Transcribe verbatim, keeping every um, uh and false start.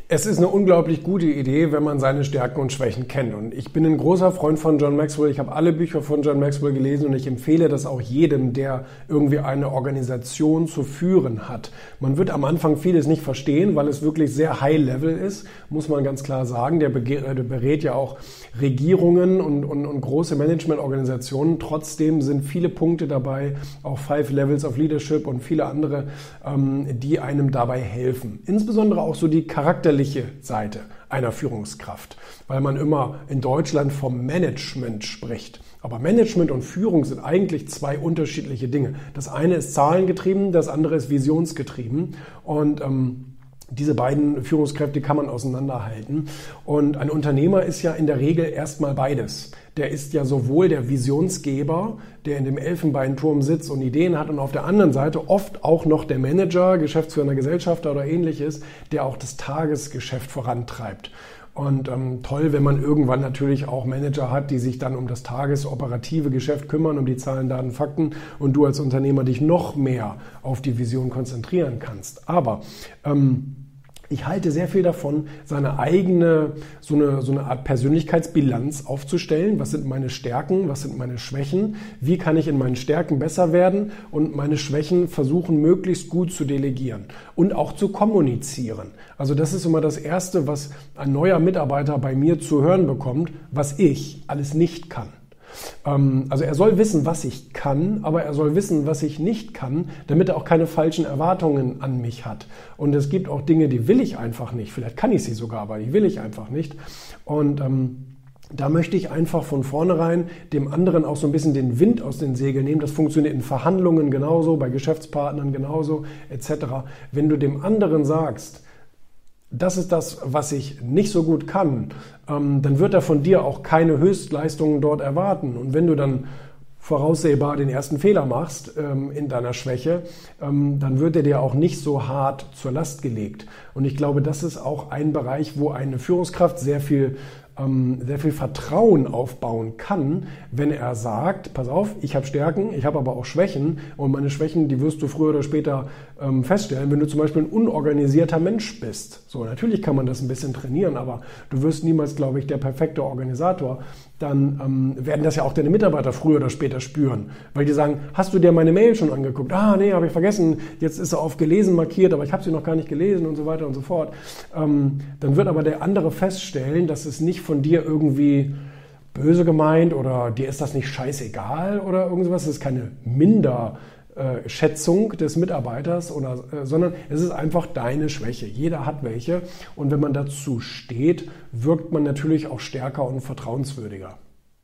Es ist eine unglaublich gute Idee, wenn man seine Stärken und Schwächen kennt. Und ich bin ein großer Freund von John Maxwell. Ich habe alle Bücher von John Maxwell gelesen und ich empfehle das auch jedem, der irgendwie eine Organisation zu führen hat. Man wird am Anfang vieles nicht verstehen, weil es wirklich sehr high-level ist, muss man ganz klar sagen. Der berät ja auch Regierungen und, und, und große Managementorganisationen. Trotzdem sind viele Punkte dabei, auch Five Levels of Leadership und viele andere, ähm, die einem dabei helfen. Insbesondere auch so die charakterliche Seite einer Führungskraft, weil man immer in Deutschland vom Management spricht. Aber Management und Führung sind eigentlich zwei unterschiedliche Dinge. Das eine ist zahlengetrieben, das andere ist visionsgetrieben. Und ähm, diese beiden Führungskräfte kann man auseinanderhalten. Und ein Unternehmer ist ja in der Regel erstmal beides. Der ist ja sowohl der Visionsgeber, der in dem Elfenbeinturm sitzt und Ideen hat, und auf der anderen Seite oft auch noch der Manager, geschäftsführender Gesellschafter oder ähnliches, der auch das Tagesgeschäft vorantreibt. Und ähm, toll, wenn man irgendwann natürlich auch Manager hat, die sich dann um das tagesoperative Geschäft kümmern, um die Zahlen, Daten, Fakten, und du als Unternehmer dich noch mehr auf die Vision konzentrieren kannst. Aber ähm, ich halte sehr viel davon, seine eigene, so eine, so eine Art Persönlichkeitsbilanz aufzustellen. Was sind meine Stärken? Was sind meine Schwächen? Wie kann ich in meinen Stärken besser werden und meine Schwächen versuchen, möglichst gut zu delegieren und auch zu kommunizieren? Also das ist immer das Erste, was ein neuer Mitarbeiter bei mir zu hören bekommt, was ich alles nicht kann. Also er soll wissen, was ich kann, aber er soll wissen, was ich nicht kann, damit er auch keine falschen Erwartungen an mich hat. Und es gibt auch Dinge, die will ich einfach nicht. Vielleicht kann ich sie sogar, aber die will ich einfach nicht. Und ähm, da möchte ich einfach von vornherein dem anderen auch so ein bisschen den Wind aus den Segeln nehmen. Das funktioniert in Verhandlungen genauso, bei Geschäftspartnern genauso, et cetera. Wenn du dem anderen sagst, das ist das, was ich nicht so gut kann, ähm, dann wird er von dir auch keine Höchstleistungen dort erwarten. Und wenn du dann voraussehbar den ersten Fehler machst ähm, in deiner Schwäche, ähm, dann wird er dir auch nicht so hart zur Last gelegt. Und ich glaube, das ist auch ein Bereich, wo eine Führungskraft sehr viel sehr viel Vertrauen aufbauen kann, wenn er sagt, pass auf, ich habe Stärken, ich habe aber auch Schwächen, und meine Schwächen, die wirst du früher oder später ähm, feststellen, wenn du zum Beispiel ein unorganisierter Mensch bist. So, natürlich kann man das ein bisschen trainieren, aber du wirst niemals, glaube ich, der perfekte Organisator. Dann ähm, werden das ja auch deine Mitarbeiter früher oder später spüren, weil die sagen, hast du dir meine Mail schon angeguckt? Ah, nee, habe ich vergessen, jetzt ist er auf gelesen markiert, aber ich habe sie noch gar nicht gelesen und so weiter und so fort. Ähm, dann wird aber der andere feststellen, dass es nicht von dir irgendwie böse gemeint oder dir ist das nicht scheißegal oder irgendwas, das ist keine Minderschätzung des Mitarbeiters, oder, äh, sondern es ist einfach deine Schwäche. Jeder hat welche, und wenn man dazu steht, wirkt man natürlich auch stärker und vertrauenswürdiger.